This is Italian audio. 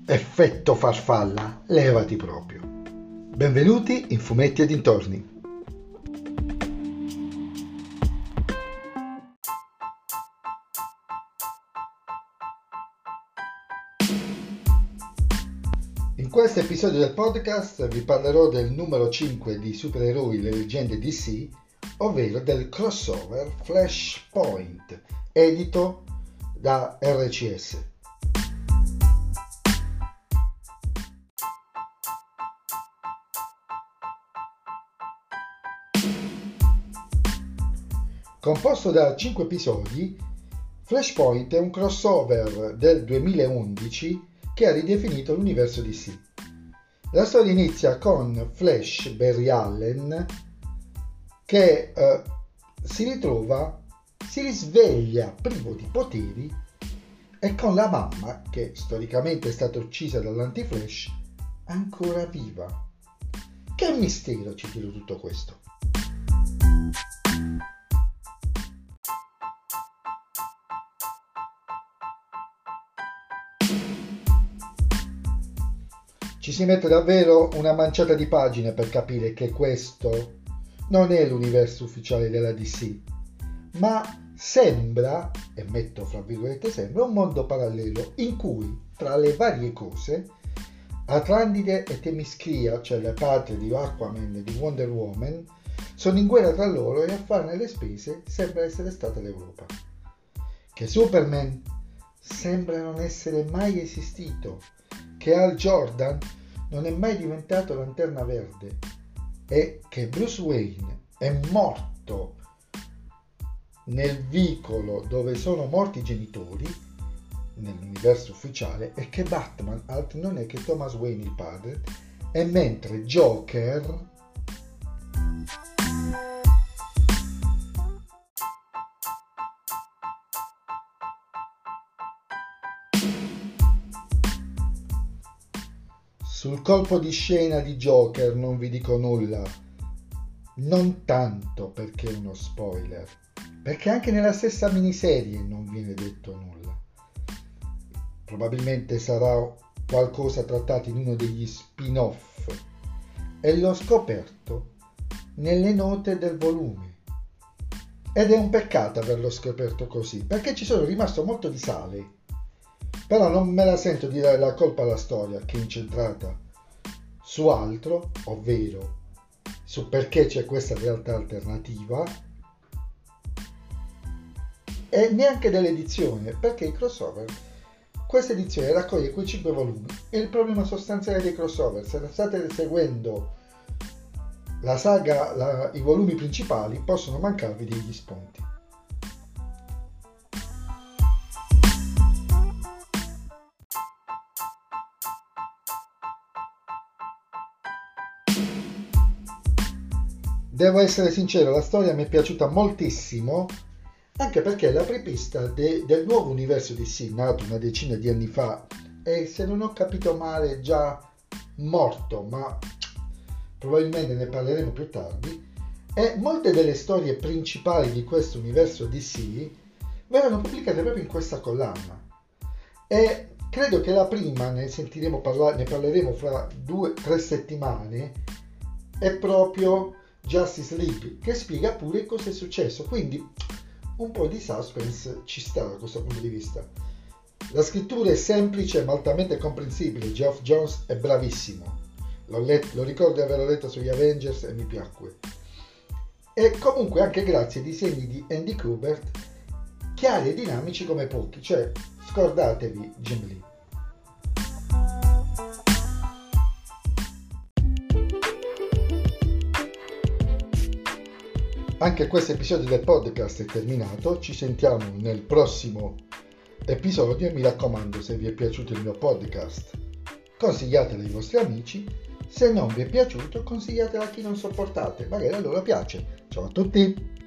Effetto farfalla, levati proprio. Benvenuti in Fumetti e dintorni. In questo episodio del podcast vi parlerò del numero 5 di Supereroi le leggende DC, ovvero del crossover Flashpoint, edito da RCS. Composto da 5 episodi, Flashpoint è un crossover del 2011 che ha ridefinito l'universo DC. La storia inizia con Flash Barry Allen che si risveglia privo di poteri e con la mamma, che storicamente è stata uccisa dall'Anti-Flash, ancora viva. Che mistero ci dietro tutto questo? Ci si mette davvero una manciata di pagine per capire che questo non è l'universo ufficiale della DC, ma sembra, e metto fra virgolette sembra, un mondo parallelo in cui, tra le varie cose, Atlantide e Themyscira, cioè le patrie di Aquaman e di Wonder Woman, sono in guerra tra loro e a farne le spese sembra essere stata l'Europa. Che Superman sembra non essere mai esistito, che Hal Jordan non è mai diventato Lanterna Verde e che Bruce Wayne è morto nel vicolo dove sono morti i genitori nell'universo ufficiale e che Batman altro non è che Thomas Wayne il padre, e mentre Joker sul colpo di scena di Joker non vi dico nulla, non tanto perché è uno spoiler, perché anche nella stessa miniserie non viene detto nulla. Probabilmente sarà qualcosa trattato in uno degli spin-off e l'ho scoperto nelle note del volume. Ed è un peccato averlo scoperto così, perché ci sono rimasto molto di sale. Però non me la sento di dare la colpa alla storia, che è incentrata su altro, ovvero su perché c'è questa realtà alternativa, e neanche dell'edizione, perché il crossover, questa edizione raccoglie quei 5 volumi. E il problema sostanziale dei crossover, se state seguendo la saga, i volumi principali, possono mancarvi degli spunti. Devo essere sincero, la storia mi è piaciuta moltissimo, anche perché è l'apripista del nuovo universo DC, nato una decina di anni fa e, se non ho capito male, già morto, ma probabilmente ne parleremo più tardi. E molte delle storie principali di questo universo DC verranno pubblicate proprio in questa collana. E credo che la prima, ne parleremo fra 2-3 settimane, è proprio Justice League, che spiega pure cosa è successo, quindi un po' di suspense ci sta da questo punto di vista. La scrittura è semplice ma altamente comprensibile. Geoff Johns è bravissimo, lo ricordo di averlo letto sugli Avengers e mi piacque, e comunque anche grazie ai disegni di Andy Kubert, chiari e dinamici come pochi, cioè scordatevi Jim Lee. Anche questo episodio del podcast è terminato, ci sentiamo nel prossimo episodio e mi raccomando, se vi è piaciuto il mio podcast, consigliatelo ai vostri amici, se non vi è piaciuto consigliatelo a chi non sopportate, magari a loro piace. Ciao a tutti!